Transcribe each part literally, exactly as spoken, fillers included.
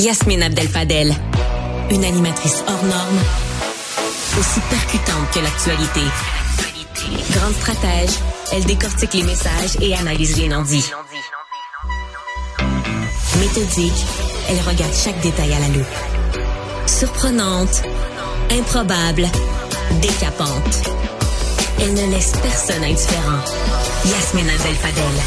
Yasmine Abdel-Fadel, une animatrice hors norme, aussi percutante que l'actualité. Grande stratège, elle décortique les messages et analyse les non-dits. Méthodique, elle regarde chaque détail à la loupe. Surprenante, improbable, décapante. Elle ne laisse personne indifférent. Yasmine Abdel-Fadel.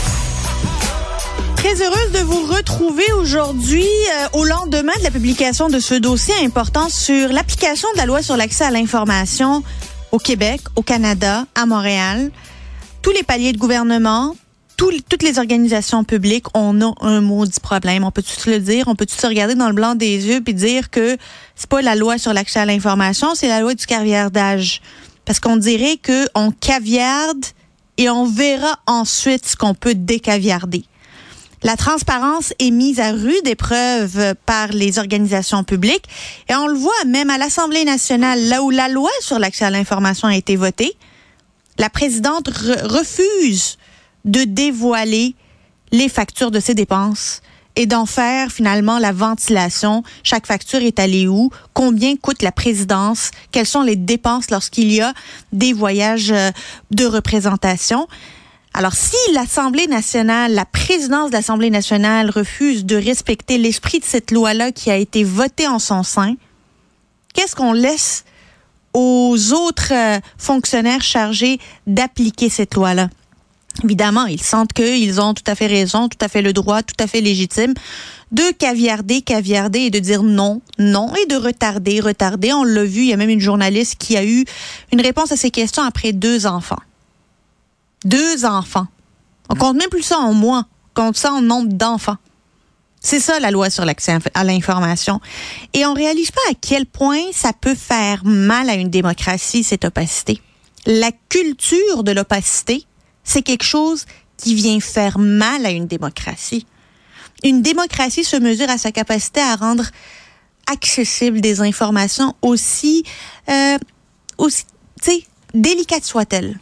Très heureuse de vous retrouver aujourd'hui euh, au lendemain de la publication de ce dossier important sur l'application de la loi sur l'accès à l'information au Québec, au Canada, à Montréal. Tous les paliers de gouvernement, tout, toutes les organisations publiques, on a un maudit problème. On peut tous le dire, on peut tous se regarder dans le blanc des yeux puis dire que c'est pas la loi sur l'accès à l'information, c'est la loi du caviardage. Parce qu'on dirait que on caviarde et on verra ensuite ce qu'on peut décaviarder. La transparence est mise à rude épreuve par les organisations publiques et on le voit même à l'Assemblée nationale, là où la loi sur l'accès à l'information a été votée. La présidente re- refuse de dévoiler les factures de ses dépenses et d'en faire finalement la ventilation. Chaque facture est allée où? Combien coûte la présidence? Quelles sont les dépenses lorsqu'il y a des voyages de représentation? Alors, si l'Assemblée nationale, la présidence de l'Assemblée nationale refuse de respecter l'esprit de cette loi-là qui a été votée en son sein, qu'est-ce qu'on laisse aux autres euh, fonctionnaires chargés d'appliquer cette loi-là? Évidemment, ils sentent qu'ils ont tout à fait raison, tout à fait le droit, tout à fait légitime de caviarder, caviarder et de dire non, non et de retarder, retarder. On l'a vu, il y a même une journaliste qui a eu une réponse à ces questions après deux enfants. Deux enfants. On compte même plus ça en mois, on compte ça en nombre d'enfants. C'est ça la loi sur l'accès à l'information. Et on réalise pas à quel point ça peut faire mal à une démocratie, cette opacité. La culture de l'opacité, c'est quelque chose qui vient faire mal à une démocratie. Une démocratie se mesure à sa capacité à rendre accessibles des informations aussi, euh, aussi, tu sais, délicates soient-elles.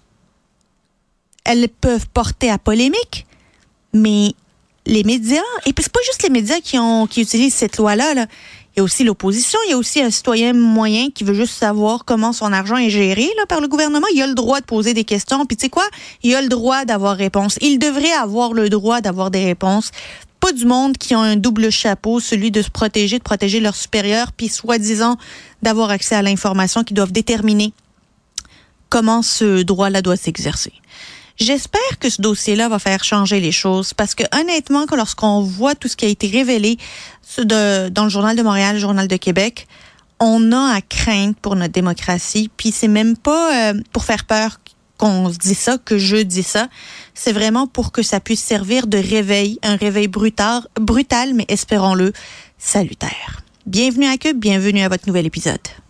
Elles peuvent porter à polémique, mais les médias, et c'est pas juste les médias qui ont qui utilisent cette loi-là, là. Il y a aussi l'opposition, il y a aussi un citoyen moyen qui veut juste savoir comment son argent est géré là, par le gouvernement. Il a le droit de poser des questions, puis tu sais quoi? Il a le droit d'avoir réponse. Il devrait avoir le droit d'avoir des réponses. Pas du monde qui ont un double chapeau, celui de se protéger, de protéger leurs supérieurs, puis soi-disant d'avoir accès à l'information, qui doivent déterminer comment ce droit-là doit s'exercer. J'espère que ce dossier-là va faire changer les choses parce que honnêtement, que lorsqu'on voit tout ce qui a été révélé de, dans le Journal de Montréal, le Journal de Québec, on a à craindre pour notre démocratie. Puis c'est même pas euh, pour faire peur qu'on se dit ça, que je dis ça. C'est vraiment pour que ça puisse servir de réveil, un réveil brutal, brutal, mais espérons-le, salutaire. Bienvenue à Cube, bienvenue à votre nouvel épisode.